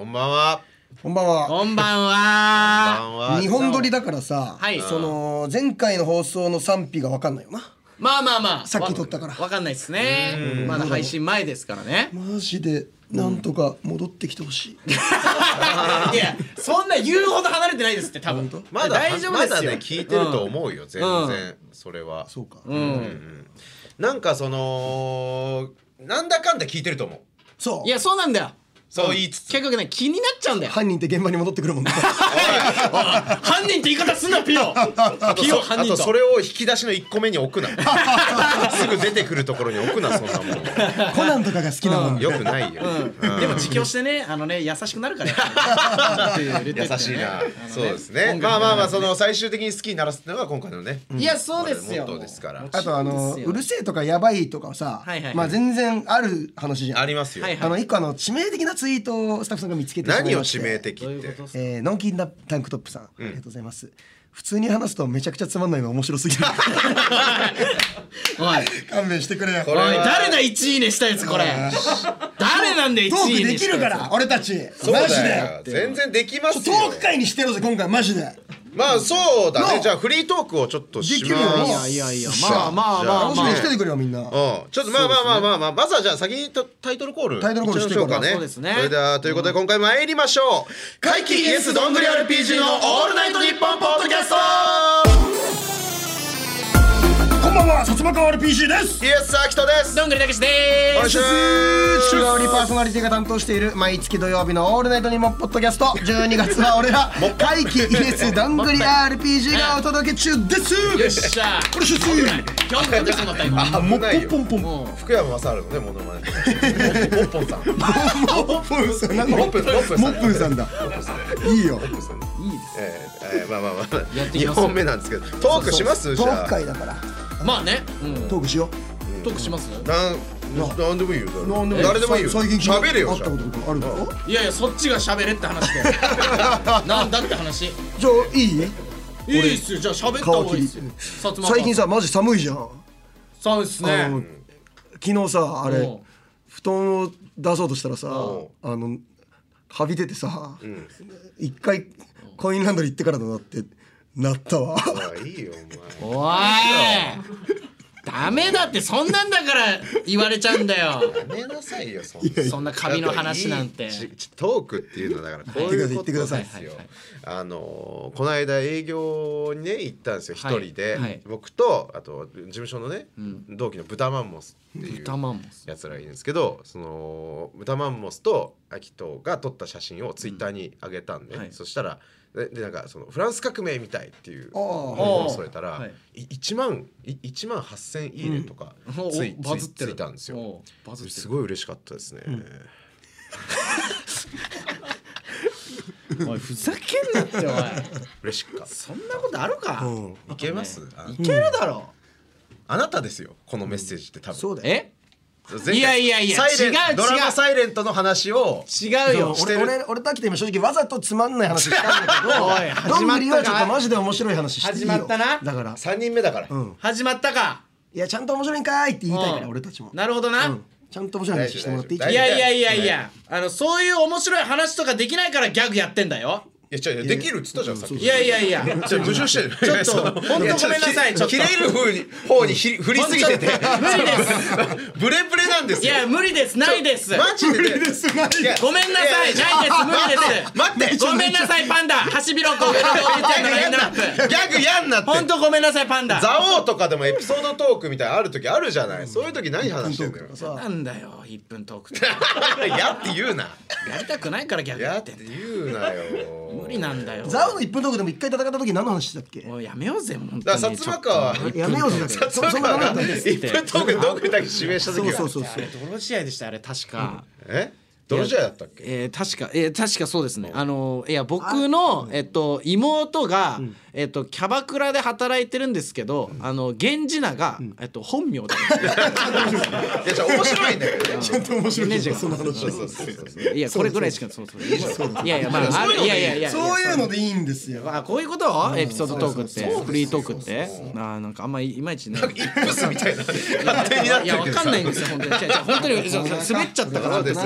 こんばんは。 こんばんは。 こんばんは。 日本撮りだからさ、 はい、 その前回の放送の賛否が分かんないよな。 まあさっき撮ったから分かんないですね。まだ配信前ですからね。 マジでなんとか戻ってきてほしい。 いやそんな言うほど離れてないですって多分。 まだ大丈夫ですよ。 まだね聞いてると思うよ、全然それは。 そうか。 なんかそのなんだかんだ聞いてると思う。 そう。 いやそうなんだよ。 そう言いつつ結局ね気になっちゃうんだよ。 犯人って現場に戻ってくるもんね。 犯人って言い方すんなピオ。ピオ犯人と。 あとそれを引き出しの1個目に置くな。すぐ出てくるところに置くな、そんなもん。 コナンとかが好きなもん。 よくないよ。 でも自供してね優しくなるから。 優しいな。そうですね。まあその最終的に好きにならすってのが今回のね。 いやそうですよ。 モットーですから。 あとうるせえとかやばいとかさ、まあ全然ある話じゃん。 ありますよ。 一個致命的なツイートをスタッフさんが見つけてしまいまして。 何を致命的って。 ノンキンタンクトップさん、ありがとうございます。普通に話すとめちゃくちゃつまんないの面白すぎる。 おい勘弁してくれよ。 誰だ1いいねしたやつこれ。誰なんで1いいねしたやつ。 トークできるから俺たち。マジで。 全然できますよ。 トーク会にしてるぜ今回マジで。 まあそうだね。じゃあフリートークをちょっとします。 いやまあ楽しみにしててくれよみんな。 ちょっとまあまずはじゃあ先にタイトルコールしてうかね。 そうですね。 それではということで今回参りましょう。怪奇イエスどんぐり RPG のオールナイトニッポンポッドキャスト。 こんばんは、薩摩川 RPG です。 イエスアキトです。 どんぐりたけしでーす。 週替わりパーソナリティが担当している毎月土曜日のオールナイトニッポンポッドキャスト。12月は俺ら怪奇イエスどんぐり RPG がお届け中です。 よっしゃこれ出世。 今日も出そうだった今。 危ないよ。 ポンポンポン。 福山雅治のねモノマネ。ポンポンさん。 モップンさんだ。いいよ。いいです。 まあ2本目なんですけどトークします。 トーク会だから。 まあね。 トークしよう。トークします。 なんでもいいよ。 誰でもいいよ。 喋れよ。 会ったことあるの？ いやそっちが喋れって話で。なんだって話。 じゃあいい？ いいっすよ。じゃあ喋った方がいいっすよ。 最近さマジ寒いじゃん。 そうですね。 昨日さあれ布団を出そうとしたらさはびててさ一回コインランドリー行ってからだなってなったわ。 いいよお前。おいダメだってそんなんだから言われちゃうんだよ。 やめなさいよそんなカビの話なんて。 トークっていうのはだからこういうことですよ。この間営業にね行ったんですよ一人で。僕とあと事務所のね同期のブタマンモスっていうやつらがいるんですけど、そのブタマンモスとアキトが撮った写真をツイッターに上げたんで、そしたらでなんかそのフランス革命みたいっていうを添えたら1万8000いいねとかついたんですよ。すごい嬉しかったですね。 おいふざけんなっておい。 嬉しかった。 そんなことあるか。 いけます？ いけるだろ。 あなたですよこのメッセージって多分。 そうだよ。 いや違うドラマサイレントの話を違うよ。 俺と秋田今正直わざとつまんない話したんだけど、どんぐりはちょっとマジで面白い話していいよ。 始まったな。 だから 3人目だから始まったか。 いやちゃんと面白いんかいって言いたいから俺たちも。 なるほどな。 ちゃんと面白い話してもらっていい？ いやそういう面白い話とかできないからギャグやってんだよ。 いやできるっつったじゃんさっき。 いや矛盾してる。 ちょっと本当ごめんなさい。ちょっと切れる方に振りすぎてて無理です。 ブレブレなんですよ。 いや無理です。ないです。 マジでごめんなさい。ないです。無理です。 待ってごめんなさいパンダ。ハシビロコウ上野動物園のラインナップ。 ギャグやんなって。 本当ごめんなさいパンダ。 ザオとかでもエピソードトークみたいなある時あるじゃない。そういう時何話してんのよ。 なんだよ1分トークって。 やって言うな。 やりたくないからギャグやって言うなよ。 無理なんだよ。 ザオの1分トークでも1回戦った時何の話したっけ？ もうやめようぜ本当に。 だから薩摩川やめようぜ。 薩摩川が1分トークでどんぐりだけ指名した時は。 そう。 あれ泥試合でしたあれ確か。 泥試合だったっけ？ 確かそうですね。いや僕の妹がキャバクラで働いてるんですけど、源氏名が本名で。 いやじゃあ面白いんだけどね。 ちゃんと面白い。その話。 いやこれぐらいしかそういやまあいやそういうのでいいんですよ。 あこういうことエピソードトークってフリートークってなんかあんまいまいちね。 イップスみたいな勝手になってるけどさ。 いやわかんないんですよ本当に。本当に滑っちゃったから。 そうですよ。まあ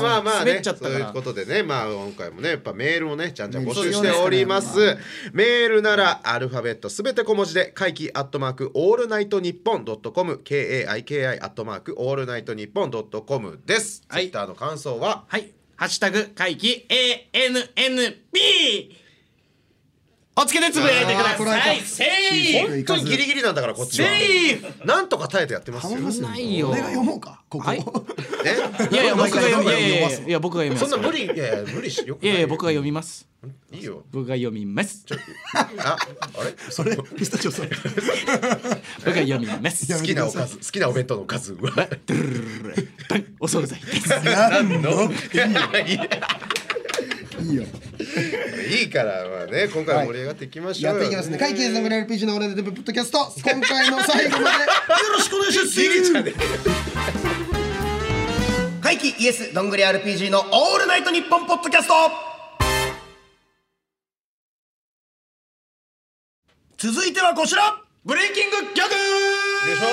まあ滑っちゃったからそういうことでね、まあ今回もねやっぱメールをねちゃんと募集しております。メールならアルファベットすべて小文字で怪奇アットマークオールナイトニッポンドットコム KAIKI アットマークオールナイトニッポンドットコムです。ツイッターの感想はハッシュタグ怪奇 ANNPおつけでつぶやいてください。セーフ。 本当にギリギリなんだからこっちは。 セーフ。 なんとか耐えてやってますよ。 ないよ。 俺が読もうかここ。 いやいや僕が読みいや僕が読みます。 そんな無理いや無理しよ。 いやいや僕が読みます。 いいよ。 僕が読みます。 あれそれピスタチオさん。 僕が読みます。 好きなおかず好きなお弁当のおかずはお惣菜です。 何の？ いいよ。 いいからまあね今回盛り上がっていきましょう。 やっていきますね。会計さんぐらい RPG のオールナイトポッドキャスト今回の最後までよろしくお願いします。会計イエスどんぐり RPG のオールナイトニッポンポッドキャスト。続いてはこちらブレイキングギャグ。 よいしょ。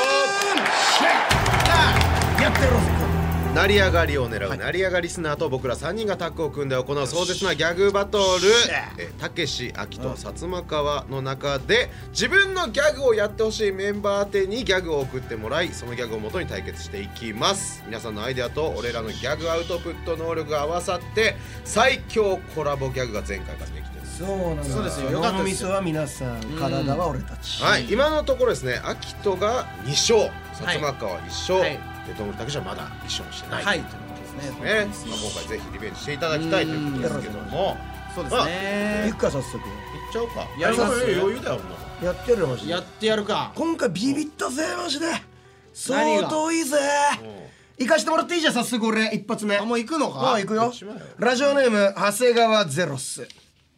やってやろうぜ。 成り上がりを狙う成り上がりリスナーと僕ら3人がタッグを組んで行う壮絶なギャグバトルたけし、あきと、薩摩川の中で自分のギャグをやってほしいメンバー宛てにギャグを送ってもらいそのギャグをもとに対決していきます。皆さんのアイデアと俺らのギャグアウトプット能力が合わさって最強コラボギャグが前回からできてる。 そうなんだ。 そうですよ。よかったですよ。 脳みそは皆さん、体は俺たち。 はい、今のところですね、あきとが2勝、薩摩川1勝、でどんぐりたけしはまだ1勝もしてない。 はい、ということですね。 まあ今回ぜひリベンジしていただきたいということですけども、 そうですね。 行くか早速。 いっちゃおうか。 やります。 余裕だよ。 やってやるよマジで。 やってやるか。 今回ビビったぜマジで。相当いいぜ。行かしてもらっていいじゃん早速俺一発目。 もう行くのか。 行くよ。ラジオネーム長谷川ゼロス。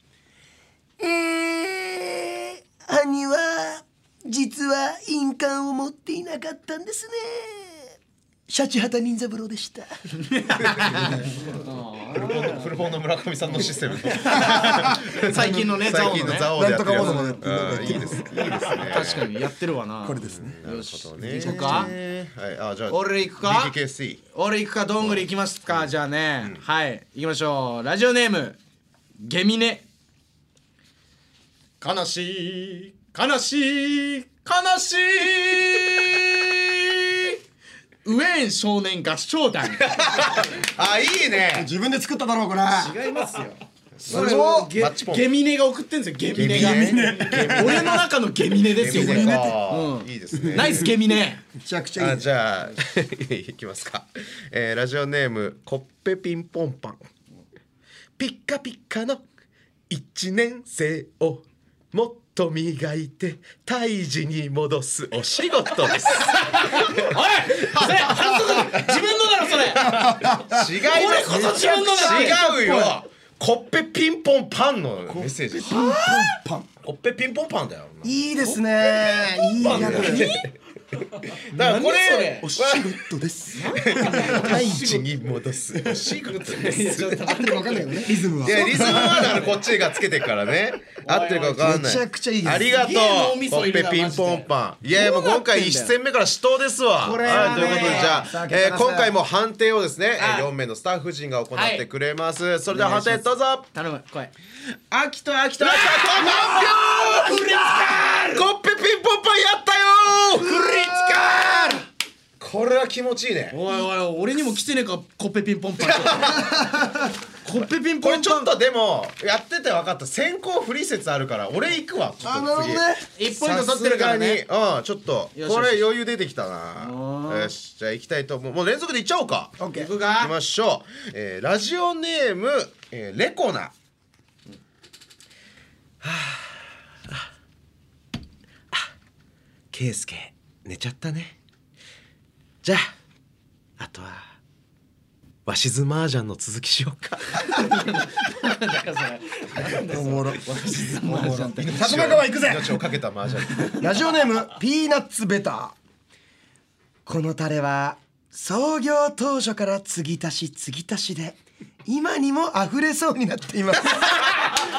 兄は実は印鑑を持っていなかったんですね。シャチハタ任三郎でした。 フルボンの村上さんのシステム。 最近のね最近のザオでやってるやつ。いいです。いいですね。 確かにやってるわな。 これですね。 よし。行こうか。 はい。あじゃあ俺行くか。 BKC。 俺行くかどんぐり行きますか。じゃあね。はい行きましょう。ラジオネームゲミネ。悲しい悲しい悲しいウェーン少年合唱団。 あいいね。 自分で作っただろうこれ。 違いますよ。 それをゲミネが送ってんですよ。ゲミネが。俺の中のゲミネですよ。 いいですね。 ナイスゲミネ。 めちゃくちゃいい。 じゃあいきますか。ラジオネームコッペピンポンパン。ピッカピッカの1年生をもっと磨いて胎児に戻すお仕事です。 おい、自分のだろそれ。 違います。 俺こそ自分のだろ。 違うよ。コッペピンポンパンのメッセージ。 ピンポンパン。 コッペピンポンパンだよ。 いいですね。いいやだ。 だからこれお仕事です。 胎児に戻すお仕事です。 合ってるか分かんないけどね。リズムは。 いやリズムはだからこっちがつけてからね。合ってるか分かんない。 めちゃくちゃいいです。 ありがとう。コッペピンポンパン。いやもう今回1戦目から死闘ですわ。はいということでじゃあ今回も判定をですね4名のスタッフ陣が行ってくれます。それでは判定どうぞ。 頼む。来い。 秋田コッペピンポンパンやったよ。これは気持ちいいね。 おいおい俺にも来てねえかコッペピンポンパン。コッペピンポンパン。 これちょっとでもやってて分かった。先行不利説あるから俺行くわ。 なるほどね。 1ポイント取ってるからね。 ちょっとこれ余裕出てきたな。よしじゃあ行きたいと思う。もう連続でいっちゃおうか。 行く行きましょう。ラジオネームレコナ。ケイスケ寝ちゃったね。じゃああとはわしず麻雀の続きしようか。 おもろ。 薩摩川行くぜ。 命をかけた麻雀。 ラジオネームピーナッツベター。このタレは創業当初から継ぎ足し継ぎ足しで今にも溢れそうになっています。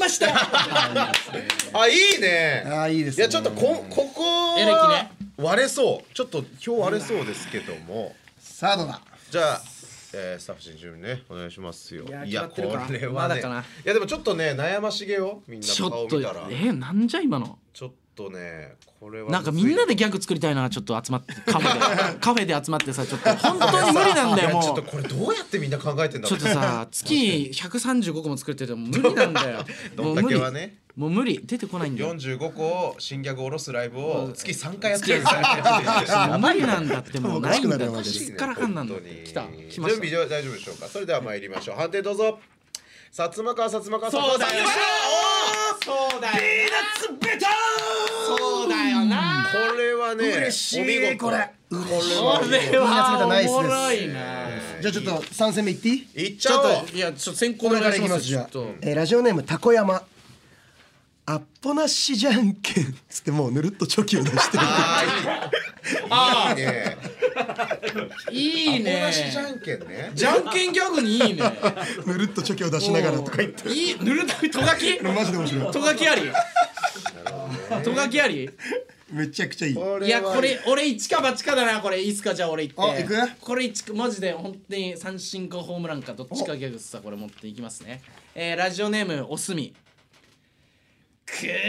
ましたあ、いいね。 あ、いいですね。 いや、ちょっとここエレキね割れそう。ちょっと今日割れそうですけども。 さあどうだ。 じゃあ、スタッフ陣準備ねお願いしますよ。 いやこれはね、 まだかな。 いやでもちょっとね悩ましげよ、みんなちょ顔っと見たら。 なんじゃ今の。 ちょっとね、これはなんかみんなでギャグ作りたいな。ちょっと集まってカフェで集まってさ、ちょっと本当に無理なんだよもう。 ちょっとこれどうやってみんな考えてんだろう。 ちょっとさ、月135個も作ってても無理なんだよ。 どんだけはね。 もう無理、出てこないんだよ。 45個を新ギャグ下ろすライブを月3回やってる。 無理なんだって、もうないんだよ。 マジでしっからかんなんだ。来た。来ました。 準備大丈夫でしょうか。それでは参りましょう。判定どうぞ。薩摩川。 そうだよ。そうだよ。ピーナッツベター。そうだよな。 これはね、 嬉しいお見事。 これこれはおもろいな。 じゃあちょっと3戦目いっていい？ いっちゃおう。 いや、ちょっと先行でお願いします。 じゃあラジオネームたこ山。アッポなしじゃんけんつってもうぬるっとチョキを出してる。 ああ、いいね。 いいね。 アポなしじゃんけんね。 じゃんけんギャグにいいね。 ぬるっとチョキを出しながらとか言って。 いい、ぬるっととがき？ マジで面白い。 とがきあり？とがきあり？ めちゃくちゃいい。 いや、これ俺一か八かだな。これいいっすか？じゃあ俺言って。 あ、いく？ これ一かマジで本当に三振かホームランかどっちかギャグさ、これ持っていきますね。ラジオネームおすみ。くら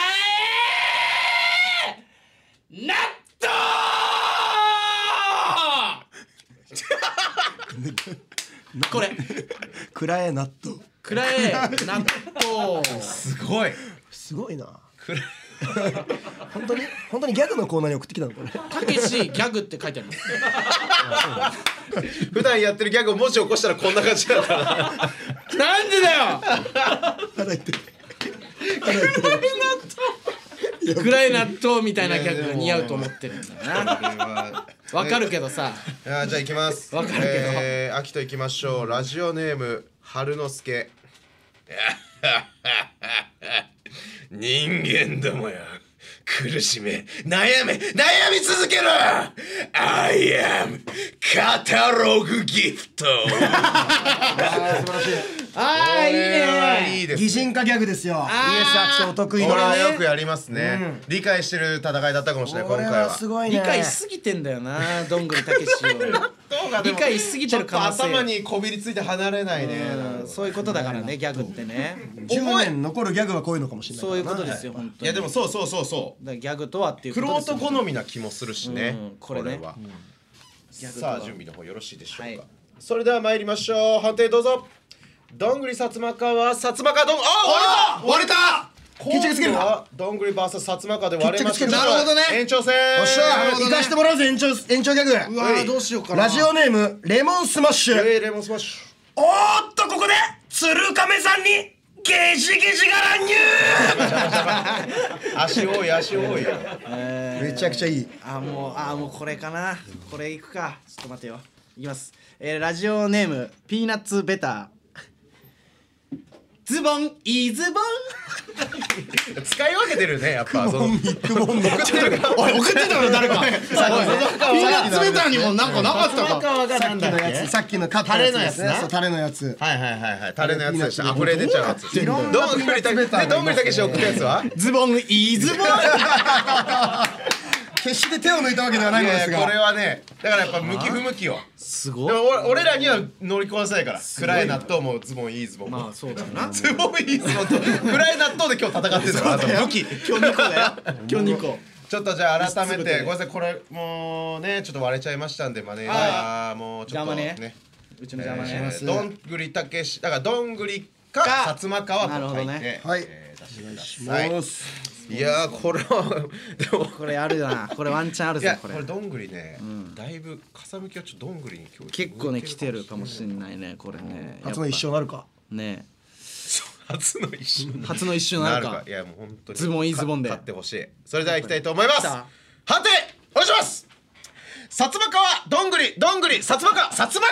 え納豆これくらえ納豆。 くらえ納豆すごい。 すごいな。本当にギャグのコーナーに送ってきたのこれ。 たけしギャグって書いてあります。 普段やってるギャグを文字起こしたらこんな感じだったな。 なんでだよ。 ただ言ってる。 暗い納豆みたいなギャグが似合うと思ってるんだな。わかるけどさ。 じゃあ行きます。 わかるけど。秋と行きましょう。ラジオネーム春之助。人間どもよ、苦しめ悩み続ける。 I am カタログギフト。 素晴らしい。 いいね。 いいです。 擬人化ギャグですよ。イエスアキトお得意の。 これはよくやりますね。理解してる戦いだったかもしれない今回は。 すごいね。 理解しすぎてんだよな、どんぐりたけしを。理解しすぎてる可能性。 頭にこびりついて離れないね。 そういうことだからね、ギャグってね。 10年残るギャグはこういうのかもしれない。 そういうことですよ本当に。 いやでもそう。 ギャグとはっていうことですよ。 玄人好みな気もするしね。 これね。 さあ準備の方よろしいでしょうか。それでは参りましょう。判定どうぞ。どんぐり薩摩川薩摩川どん割れた。 決着つけるか。 どんぐり VS 薩摩川で割れました。 なるほどね。 延長戦。 よっしゃ行かしてもらうぜ。延長ギャグ。 うわどうしようかな。 ラジオネームレモンスマッシュ。 レモンスマッシュ。 おーっとここで鶴亀さんにゲジゲジが乱入。 足多いよ。 めちゃくちゃいい。 もうこれかな。これいくか。ちょっと待てよ。いきます。ラジオネームピーナッツベター。ズボンいいズボン。 使い分けてるねやっぱ。 クモン送ってるか。 おい送ってたの誰か。ピーナッツベターにもなんかなかったか。 さっきのカッタレのやつね。タレのやつ。 はいタレのやつでした。溢れ出ちゃうやつ。どんぐりたけし送ったやつはズボンいいズボン。 決して手を抜いたわけではないのですが。 これはねだからやっぱ向き不向きよ。 すごい。 俺らには乗りこなせないから。暗い納豆もズボンいいズボンも。 まあそうだよな。 ズボンいいズボンと暗い納豆で今日戦ってるから武器。 今日2個だよ。今日2個。 ちょっとじゃあ改めてごめんなさい。これもうねちょっと割れちゃいましたんでマネージャーもうちょっとね。 うちの邪魔ね。 どんぐりたけしだからどんぐりか薩摩川と書いて出してください。 いやこれはでもこれあるな、これワンチャンあるぞこれ。 これどんぐりね、だいぶ風向きはちょっとどんぐりに今日結構ね来てるかもしれないねこれね。 初の一生なるかね。 初の一瞬初の一瞬なるか。 いやもう本当にズボンいいズボンで買ってほしい。それでは行きたいと思います。判定お願いします。薩摩川どんぐり薩摩川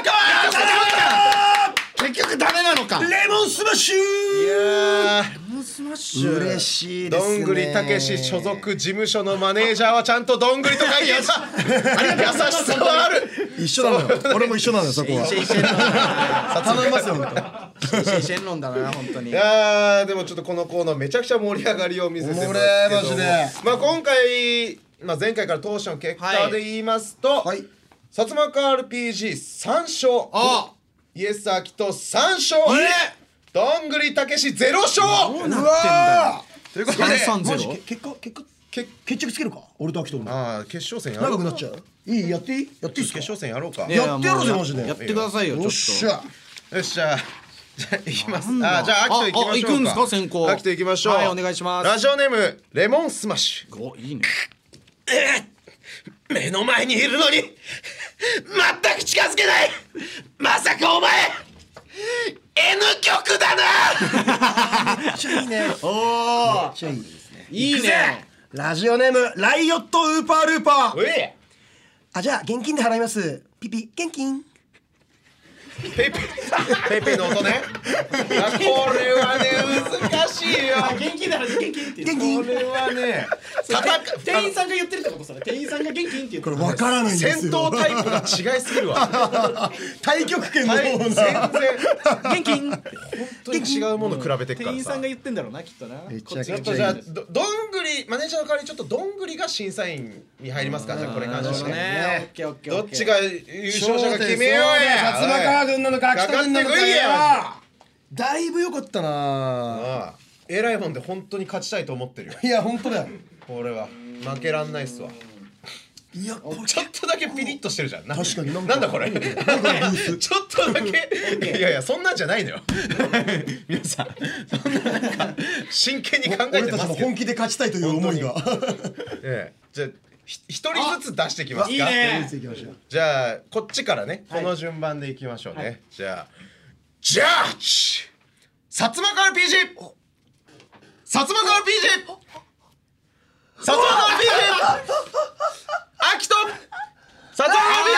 結局ダメなのか。 レモンスマッシュ。 いやレモンスマッシュ嬉しいですね。 どんぐりたけし所属事務所のマネージャーはちゃんとどんぐりと書いていた。優しさはある。 一緒なのよ。俺も一緒なのよそこは。頼みますよ本当。 シェンロンだな本当に。 いやでもちょっとこのコーナーめちゃくちゃ盛り上がりを見せてますけども、 マジでまあ今回前回から当初の結果で言いますと、薩摩川 RPG3 勝、イエス・アキト3勝、どんぐりたけし0勝。 どうなってんだよ。 ということでマジ決着つけるか。俺とアキトの決勝戦やろう。 長くなっちゃう。やっていいですか。 決勝戦やろうか。 やってやろうぜマジで。 やってくださいよ。 よっしゃ。 よっしゃ。じゃあ行きます。じゃあアキト行きましょうか。 行くんですか先行。 アキト行きましょう。 はいお願いします。 ラジオネームレモンスマッシュ。 おいいね。 目の前にいるのに全く近づけない。まさかお前 N 曲だな。 めっちゃいいね。 おおめっちゃいいですね。 いいね。 ラジオネームライオットウーパールーパー。 おいじゃあ現金で払います。ピピ現金。 ペイペイの音ね。これはね難しいよ。 現金だから現金って現金。 これはね店員さんが言ってるってことそれ。店員さんが現金って言ってる。 これ分からないんですよ。 戦闘タイプが違いすぎるわ。 太極拳のような。 全然現金。 本当に違うもの比べてくからさ。 店員さんが言ってんだろうなきっとな。 めちゃくちゃちょっとじゃあどんぐりマネージャーの代わりにちょっとどんぐりが審査員に入りますか。じゃあこれに関してはね。どっちが優勝者が決めようや。 薩摩川軍なのか秋田軍なのかや。 だいぶ良かったな。 えらいもんで本当に勝ちたいと思ってるよ。 いや本当だよ。 これは負けらんないっすわ。 いやちょっとだけピリッとしてるじゃん。 確かになんだこれ。ちょっとだけいやそんなんじゃないのよ。皆さんそんななんか真剣に考えてますけど。 俺たちも本気で勝ちたいという思いが。 じゃあ一人ずつ出してきますか。 いいね。 じゃあこっちからねこの順番でいきましょうね。じゃあジャッジ薩摩川 RPG 薩摩川 RPG 薩摩川 RPG 秋と薩摩川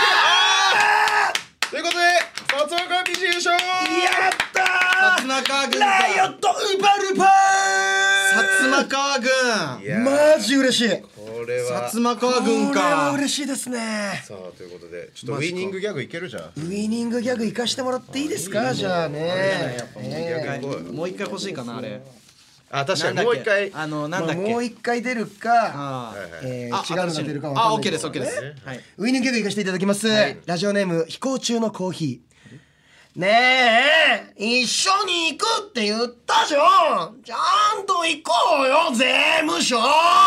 RPG ということで薩摩川 RPG 優勝。 やったー。 薩摩川軍ライオットウパルパ薩摩川軍。 ー。マジ嬉しい。 これは薩摩川軍これはか。 嬉しいですね。 さあということでちょっとウィニングギャグいけるじゃん。 ウィニングギャグ行かしてもらっていいですか。じゃあね。 もう一回欲しいかなあれ。 確かにもう一回なんだっけ。 もう一回出るか違うのが出るかわかんない。 オッケーですオッケーです。 ウィニングギャグ行かせていただきます。ラジオネーム飛行中のコーヒー。ねえ一緒に行くって言ったじゃん。ちゃんと行こうよ税務署。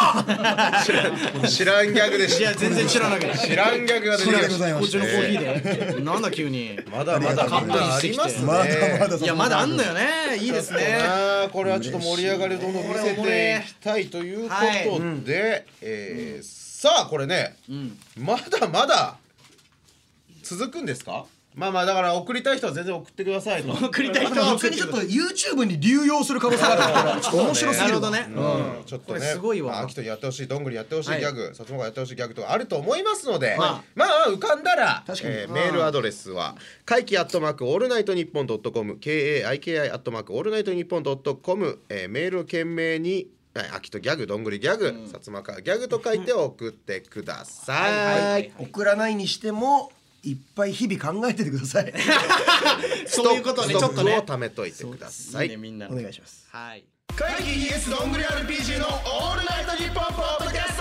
知らんギャグでした。 いや全然知らなかった。 知らんギャグが出てきました。 飛行中のコーヒーで。なんだ急に。 まだまだみんなありますね。 いやまだあんのよね。いいですね。 これはちょっと盛り上がりをどんどん見せていきたいということで、さあこれね、まだまだ続くんですか。まあだから送りたい人は全然送ってくださいと。 送りたい人は逆にちょっと YouTube に流用する可能性があるからちょっと面白すぎる。 なるほどね。 ちょっとねすごいわ。 秋とやってほしいどんぐりやってほしいギャグ、薩摩川やってほしいギャグとかあると思いますので、まあ浮かんだらメールアドレスは怪奇@オールナイトニッポン.com KAIKI @オールナイトニッポン.com メールを懸命に秋とギャグどんぐりギャグ薩摩川ギャグと書いて送ってください。 送らないにしてもいっぱい日々考えててください。 そういうことね。ちょっとねを貯めといてください。 みんなお願いします。 はい。 怪奇 ES どんぐり RPG のオールナイトニッポンポッドキャスト。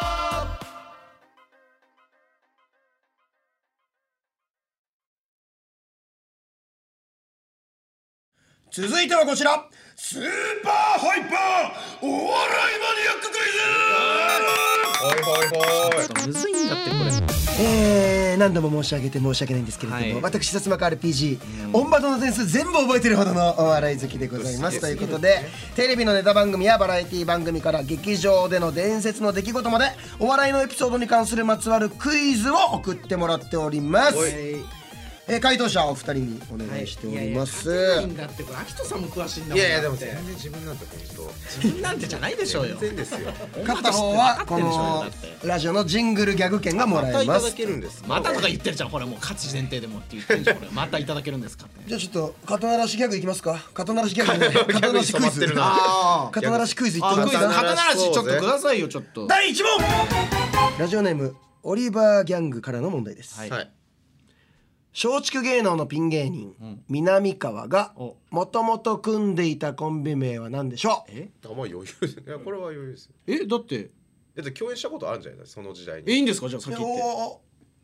続いてはこちらスーパーハイパーお笑いマニアッククイズ。 ちょっとむずいんだってこれ。 何度も申し上げて申し訳ないんですけれども、私薩摩川 RPG、オンバトの点数全部覚えてるほどのお笑い好きでございますということで、テレビのネタ番組やバラエティ番組から劇場での伝説の出来事までお笑いのエピソードに関するまつわるクイズを送ってもらっております。回答者お二人にお願いしております。 いいんだってこれ秋人さんも詳しいんだもん。 いやでも全然自分なんて本当自分なんてじゃないでしょうよ。 全然ですよ。 勝った方はこのラジオのジングルギャグ券がもらえます。 またいただけるんです。 またとか言ってるじゃん。これもう勝ち前提でもって言ってるじゃん。これまたいただけるんですかって。 じゃあちょっと肩慣らしギャグいきますか。肩慣らしギャグ、肩慣らしクイズ。肩慣らしクイズいってみますか。 肩慣らしちょっとくださいよちょっと。 第1問。ラジオネームオリバーギャングからの問題です。はい。松竹芸能のピン芸人、南川がもともと組んでいたコンビ名は何でしょう。 まあ余裕です。いやこれは余裕ですよ。 だって共演したことあるんじゃないですかその時代に。 いいんですかじゃあ先言って。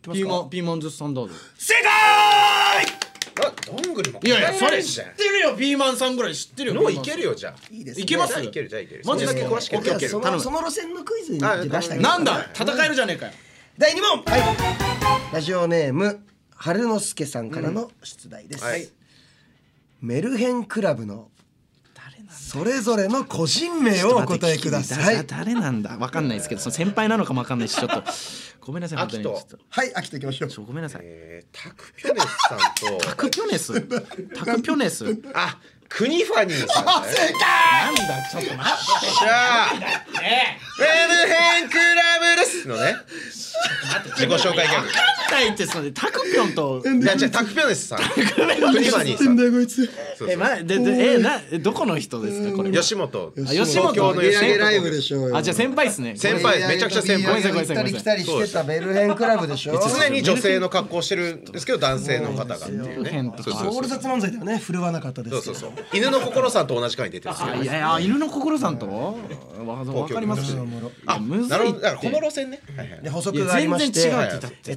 ピーマンズスタンダード。 正解。 どんぐりも。 いやいやそれ知ってるよ。ピーマンさんぐらい知ってるよ。 もういけるよじゃあ。 いいですね。 いけます。 いけるじゃあいける。 マジですか。 詳しくいける。 その路線のクイズに出したい。 なんだ戦えるじゃねえかよ。 第2問。ラジオネーム春之助さんからの出題です。メルヘンクラブのそれぞれの個人名をお答えください。 誰なんだわかんないですけど、その先輩なのかもわかんないし、ちょっとごめんなさい。 秋とはい秋といきましょう。 ごめんなさい。 タクピョネスさんとタクピョネスあクニファニーさん。 正解。 なんだちょっと待って。 じゃあメルヘンクラブですのね。自己紹介ギャグ。 ないってそれタクピョンといやじゃタクピョネスさん。クニファニーさん。 こいつ。 どこの人ですかこれ。 吉本。 吉本の吉本ライブでしょうよ。 じゃあ先輩ですね。 先輩めちゃくちゃ先輩。 行ったり来たりしてたメルヘンクラブでしょ。 常に女性の格好してるんですけど男性の方がっていうね。 オール雑漫才ではね振るわなかったです。 そう犬の心さんと同じ回に出てるんですよ。 いや犬の心さんとわかりますし。 あなるほど。だからこの路線ね。 で補足がありまして、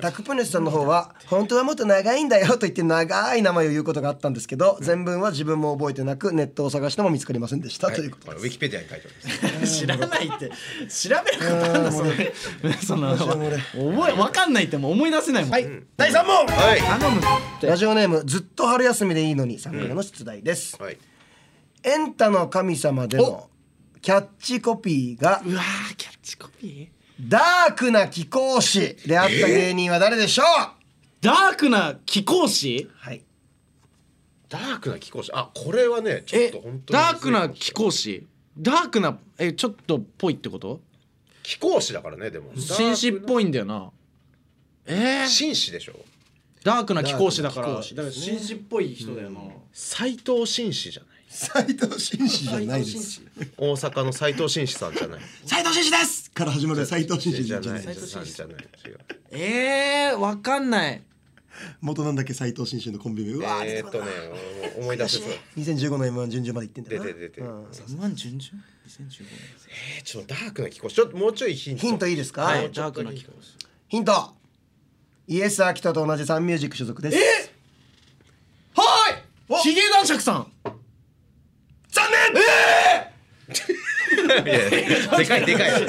タクプネスさんの方は本当はもっと長いんだよと言って長い名前を言うことがあったんですけど、全文は自分も覚えてなくネットを探しても見つかりませんでしたということです。 ウィキペディアに書いてあります。 知らないって調べることあんだそのわかんないってもう思い出せないもん。はい第3問。 頼むって。 ラジオネームずっと春休みでいいのにさんからの出題です。エンタの神様でのキャッチコピーがうわーキャッチコピーダークな貴公子であった芸人は誰でしょう。 ダークな貴公子。 はい。 ダークな貴公子。あこれはねちょっと本当にダークな貴公子。ダークなちょっとっぽいってこと。 貴公子だからねでも。 紳士っぽいんだよな。 紳士でしょ。 ダークな貴公子だから紳士っぽい人だよな。 斎藤紳士じゃない。 斉藤紳士じゃないです。 大阪の斉藤紳士さんじゃない。 斉藤紳士ですから始まる斉藤紳士じゃない。 わかんない。 元なんだっけ斉藤紳士のコンビ名。 思い出す。 2015の M1 準々まで行ってんだよな。 出て。 M1 準々2015。 ちょっとダークな貴公子。ちょっともうちょいヒントいいですか。 はい。ダークな貴公子。 ヒント。イエス・アキトと同じサンミュージック所属です。 はいヒゲ男爵さん。 残念。 でかいでけえよ。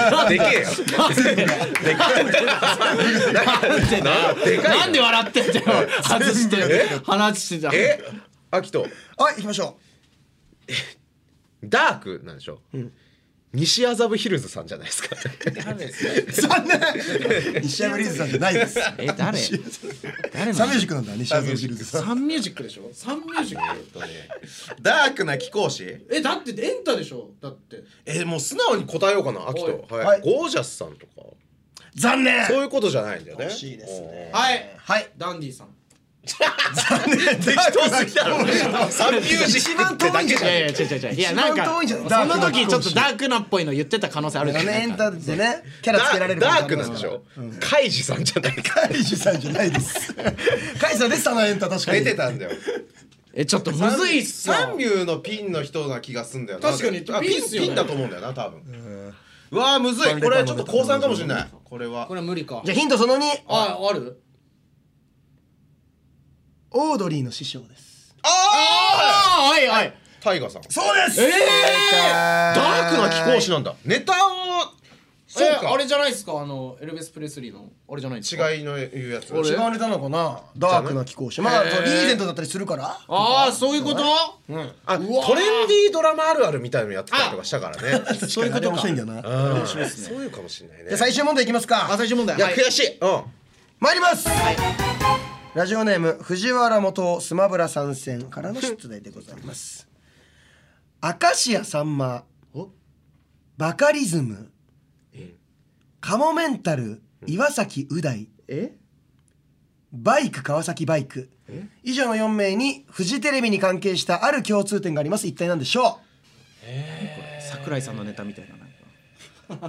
なんで笑ってんだよ。外して話してた。 アキト。 はい行きましょう。ダークなんでしょ。西麻布ヒルズさんじゃないですか。 残念。西麻布ヒルズさんじゃないです。 誰？ サンミュージックなんだ。西麻布ヒルズさん。 サンミュージックでしょ。サンミュージック。 ダークな貴公子。 だってエンタでしょ。だって。 もう素直に答えようかな。アキト。ゴージャスさんとか。 残念。 そういうことじゃないんだよね。 惜しいですね。 はいダンディさん。 残念。適当すぎだろ。サンミュージックってだけじゃん。 いやなんかその時ちょっとダークなっぽいの言ってた可能性あるじゃない。 エンタでねキャラつけられる。 ダークなんでしょ。カイジさんじゃない。 カイジさんじゃないです。カイジさんでしたなエンタ確かに出てたんだよ。 ちょっとむずいっすよ。 サンミューのピンの人な気がすんだよな。 確かにピンだと思うんだよな多分。うわーむずい。これはちょっと高3かもしれない。これは無理か。 じゃあヒントその2。 ある。 オードリーの師匠です。 はいタイガさん。 そうです。 ダークな貴公子なんだ。ネタをそうかあれじゃないですか、エルベス・プレスリーのあれじゃないですか。 違いの言うやつ。 違うネタなのかな。ダークな貴公子、まあリーゼントだったりするから。 ああ、そういうこと。 トレンディードラマあるあるみたいなのやってたりとかしたからね。 そういうことか。面白いんだよな。 面白いですね。そういうかもしれないね。 じゃあ最終問題いきますか。 最終問題。 いや悔しい。 参ります。ラジオネーム藤原元スマブラ参戦からの出題でございます。明石家さんま、バカリズム、カモメンタル岩崎う大、バイク川崎バイク、以上の4名にフジテレビに関係したある共通点があります。一体何でしょう。桜井さんのネタみたいな。明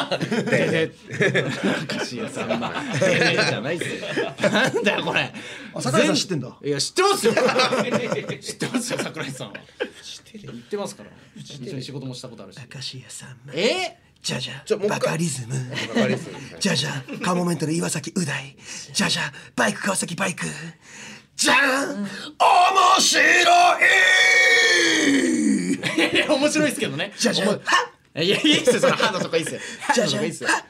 石家さんまじゃないっすよ。なんだよこれ。 桜井さん知ってんだ。 いや知ってますよ。知ってますよ桜井さんは。言ってますから。一緒に仕事もしたことあるし。 明石家さんま。 じゃバカリズム。じゃカモメンタル岩崎う大。じゃバイク川崎バイク。じゃん、面白い。 面白いですけどね。 じゃいやいいっすよ、その歯のとこいいっすよ。じゃいいっすよ。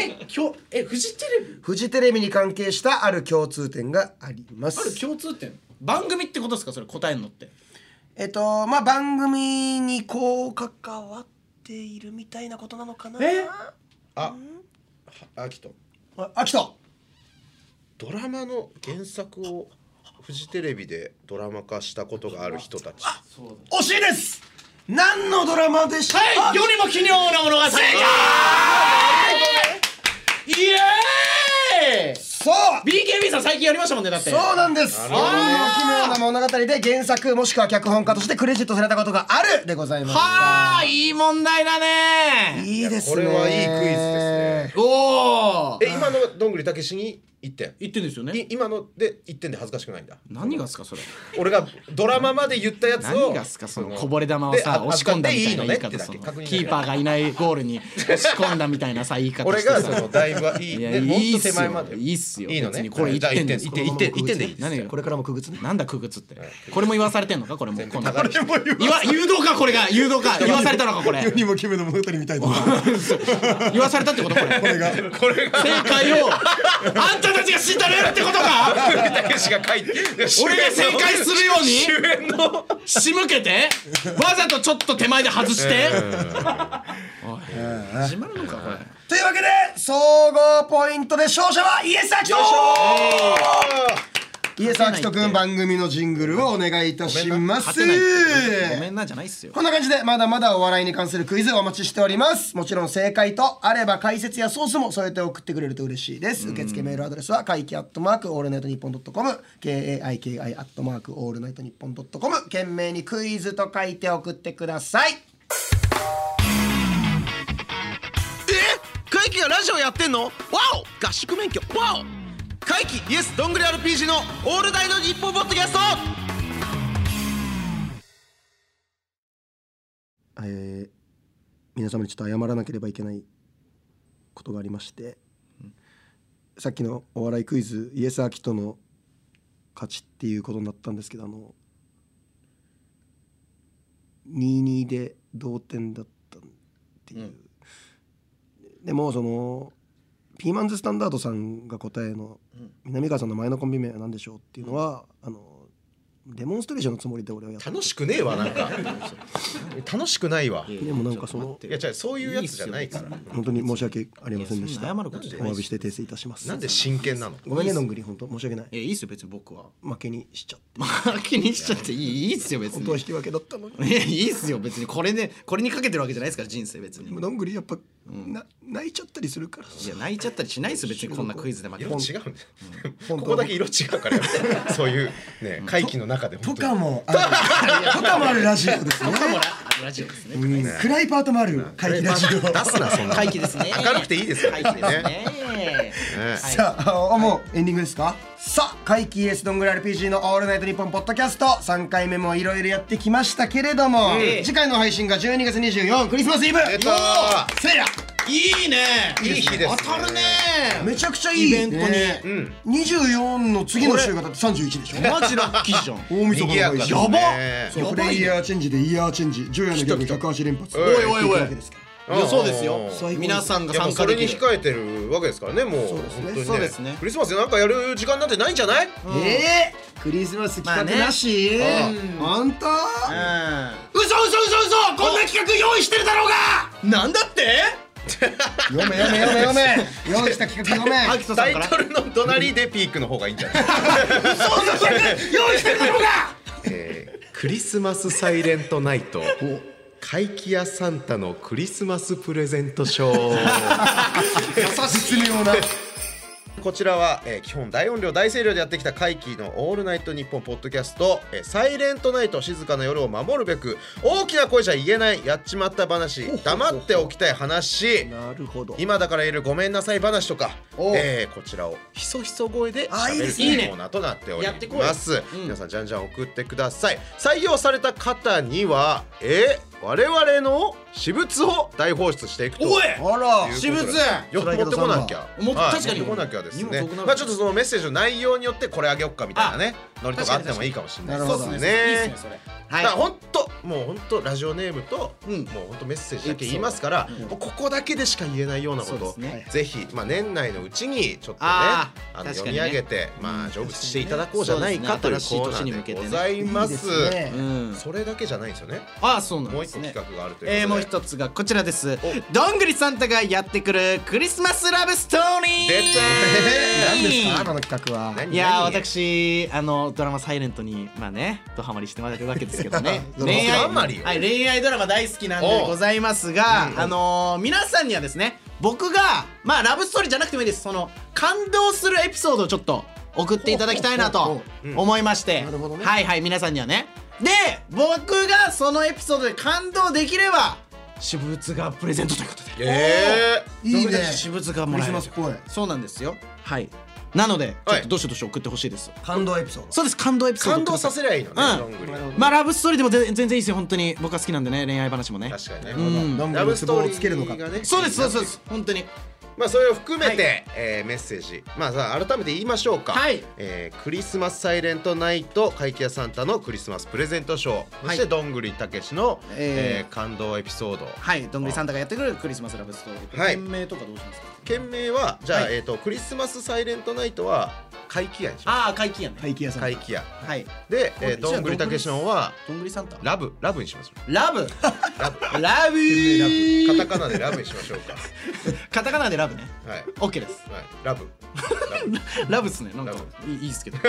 フジテレビに関係したある共通点があります。 ある共通点。番組ってことですか、それ答えるのって。 まあ番組にこう関わっているみたいなことなのかな。 アキトドラマの原作をフジテレビでドラマ化したことがある人たち。 惜しいです。何のドラマでした？ はい、世にも奇妙な物語。正解！イエーイ！ そう、 BKB さん最近やりましたもんね。だってそうなんです。世にも奇妙な物語で原作もしくは脚本家としてクレジットされたことがあるでございます。 はあ、いい問題だね。 いいですね。 これはいいクイズですね。 おお。 今のどんぐりたけしに1点ですよね。 今ので1点で恥ずかしくないんだ。 何がっすかそれ。 俺がドラマまで言ったやつを何がっすかそのこぼれ球をさ押し込んだみたいな言い方。キーパーがいないゴールに押し込んだみたいなさ言い方してさ。 俺がそのだいぶいいね。もっと手前までいいっすよ。 いいのね。 これ1点です。 1点でいい。 何がこれからもくぐつね。 なんだくぐつって。これも言わされてんのかこれも。これも誘導かこれが誘導か言わされたのかこれ。 世にも奇妙な物語みたいだ。 言わされたってことこれ。 これが正解をあんたたちが知ったれるってことか。 たけしが書いて俺が正解するように主演の仕向けてわざとちょっと手前で外して始まるのかこれ。 というわけで総合ポイントで勝者はイエス・アキト。イエス・アキトくん、番組のジングルをお願いいたします。 ごめんなじゃないっすよ。 こんな感じでまだまだお笑いに関するクイズをお待ちしております。もちろん正解とあれば解説やソースも添えて送ってくれると嬉しいです。受付メールアドレスは怪奇@allnightnippon.com、 kaiki@allnightnippon.com、 懸命にクイズと書いて送ってください。 怪奇がラジオやってんの？わお！合宿免許わお！怪奇イエスどんぐり RPG のオールナイトニッポンポッドキャスト。 皆様にちょっと謝らなければいけないことがありまして、さっきのお笑いクイズイエス・アキトの勝ちっていうことになったんですけど、2-2で同点だったっていう、でもそのピーマンズスタンダードさんが答えの南川さんの前のコンビ名は何でしょうっていうのは、デモンストレーションのつもりで俺はやった。 楽しくねえわなんか楽しくないわ。 でもなんかそのいや違うそういうやつじゃないから本当に申し訳ありませんでした。 謝ることじゃない。 お詫びして訂正いたします。 なんで真剣なの？ ごめんねどんぐり、本当申し訳ない。 いいっすよ別に僕は。 負けにしちゃって。 負けにしちゃっていいっすよ別に。 本当は引き分けだったのに。 いいっすよ別に。これにかけてるわけじゃないですから人生別に。 どんぐりやっぱ泣いちゃったりするから。 いや泣いちゃったりしないっすよ別にこんなクイズで負けて。 色違うんだよ。ここだけ色違うからそういうね怪奇の中でとかもあるラジオですね。 ラジオですね。 暗いパートもある怪奇ラジオ。 出すなそんな。 怪奇ですね。 明るくていいですよね。 さあもうエンディングですか。さあ怪奇イエスどんぐり RPG のオールナイトニッポンポッドキャスト3回目もいろいろやってきましたけれども、次回の配信が12月24クリスマスイブ。せいやいいね。 いい日です。 当たるね。 めちゃくちゃいいイベントに。24の次の週がだって31でしょ。 マジラッキーじゃん。 大晦日の配信。 やば。 フレイヤーチェンジでイヤーチェンジ。ジョヤのギャグ108連発。 おいおいおい。 そうですよ。皆さんが参加できる。 それに控えてるわけですからね。もう本当にそうですね。 クリスマスでなんかやる時間なんてないんじゃない？ クリスマス企画なし？本当？嘘こんな企画用意してるだろうが。 なんだって？ 読め用意した企画読め。 タイトルの隣でピークの方がいいんじゃない？ 用意してるだろうが。 クリスマスサイレントナイト怪奇屋サンタのクリスマスプレゼントショー。 絶妙な。 こちらは、基本大音量大声量でやってきた怪奇のオールナイトニッポンポッドキャスト、サイレントナイト静かな夜を守るべく大きな声じゃ言えないやっちまった話、黙っておきたい話、 なるほど、 今だから言えるごめんなさい話とか、こちらをひそひそ声で喋るコーナーとなっております。皆さんじゃんじゃん送ってください。採用された方には我々の私物を大放出していくということで。 私物持ってこなきゃ。 確かに持ってこなきゃですね。まあちょっとそのメッセージの内容によってこれあげよっかみたいなねノリとかあってもいいかもしれないですね。だから本当ラジオネームともう本当メッセージだけ言いますから、ここだけでしか言えないようなことぜひ年内のうちにちょっとね読み上げて成仏していただこうじゃないかというコーナーでございます。それだけじゃないんですよね。 そうなんです。 もう一個企画があるということで、 もう一つがこちらです。どんぐりサンタがやってくるクリスマスラブストーリー。 何ですかこの企画は。 いや私ドラマサイレントにドハマりしてもらってるわけですけどね。恋愛ドラマ大好きなんでございますが、皆さんにはですね、僕がラブストーリーじゃなくてもいいです、その感動するエピソードをちょっと送っていただきたいなと思いまして、皆さんにはね。で僕がそのエピソードで感動できれば私物がプレゼントということで、 いいね、 私物がもらえる。そうなんですよ。なのでちょっとどしどし送ってほしいです。 感動エピソード。 そうです、感動エピソード。 感動させりゃいいのね。 ラブストーリーでも全然いいですよ。本当に僕は好きなんでね、恋愛話もね。 確かにね。ラブストーリーがね。 そうです本当に。 それを含めてメッセージ改めて言いましょうか。クリスマスサイレントナイト怪奇屋サンタのクリスマスプレゼントショー、そしてどんぐりたけしの感動エピソード。 どんぐりサンタがやってくるクリスマスラブストーリー。件名とかどうしますか？ 件名はじゃあクリスマスサイレントナイトは怪奇屋にします。 怪奇屋ね。怪奇屋さん。 怪奇屋。でどんぐりたけしのはどんぐりサンタラブにします。 ラブカタカナでラブにしましょうか。 カタカナでラブね。オッケーです。 ラブラブっすね。なんかいいですけど。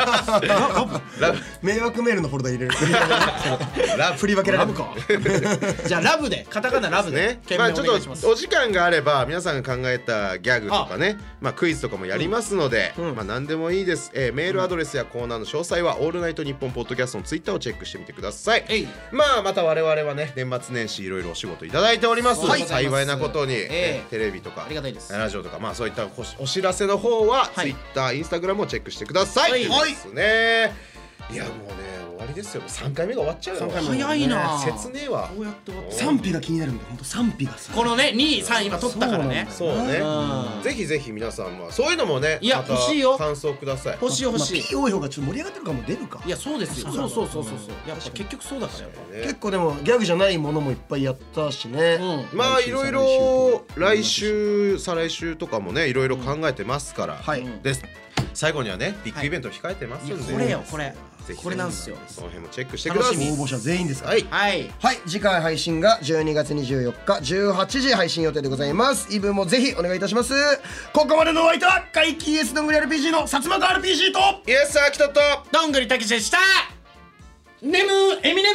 迷惑メールのフォルダ入れる。振り分けられるか。 じゃあラブで、カタカナラブで。 ちょっとお時間があれば皆さんが考えたギャグとかね、クイズとかもやりますので、何でもいいです。メールアドレスやコーナーの詳細はオールナイトニッポンポッドキャストのツイッターをチェックしてみてください。また我々はね年末年始いろいろお仕事いただいております。幸いなことにテレビとかラジオとかそういったお知らせの方はツイッター、インスタグラムをチェックしてください。ですね。いやもうね終わりですよ。3回目が終わっちゃうよ。 早いな。 切ねえわ。 賛否が気になるんで、本当賛否がこのね2位3位今取ったからね。 そうね。ぜひぜひ皆さんはそういうのもね、 いや欲しいよ。 感想ください。 欲しい。 P 多い方がちょっと盛り上がってるかも。出るか。 いやそうですよ。そうやっぱ結局そうだから結構でもギャグじゃないものもいっぱいやったしね。 いろいろ来週再来週とかもねいろいろ考えてますから。です。最後にはねビッグイベント控えてますんで。これなんですよ。その辺もチェックしてください。 応募者全員ですから。次回配信が12月24日18時配信予定でございます。イブもぜひお願いいたします。ここまでのお相手は怪奇 ES どんぐり RPG の薩摩川 RPG とイエス秋田とどんぐりたけしでした。エミネム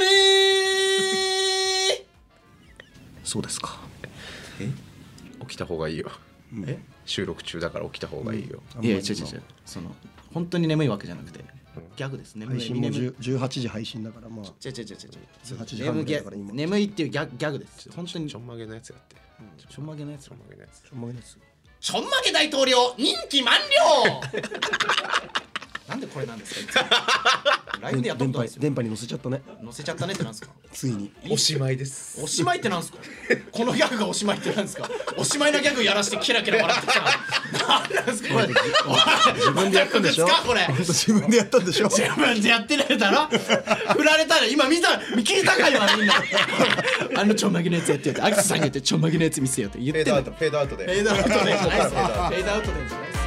そうですか。 起きた方がいいよ。収録中だから起きた方がいいよ。 いや違うその本当に眠いわけじゃなくてギャグです。 配信も18時配信だから違う 18時半だから今眠いっていうギャグです。本当にちょんまげのやつやって。 ちょんまげのやつ。 ちょんまげ大統領任期満了。なんでこれなんですか。 LINE でやったことないですよ。 電波に載せちゃったね。 載せちゃったねってなんですか。 ついにおしまいです。 おしまいってなんですか。このギャグがおしまいってなんですか。おしまいのギャグやらしてキラキラ笑ってきた。なんなんですかこれ。 自分でやったんでしょ。 これ自分でやったんでしょ。 自分でやってないだろ。振られたら今聞いたかよみんな。ちょんまげのやつやってよって、アキスさんが言ってちょんまげのやつ見せよって言ってる。 フェードアウトで。 フェードアウトでじゃないです。フェードアウトでじゃないです。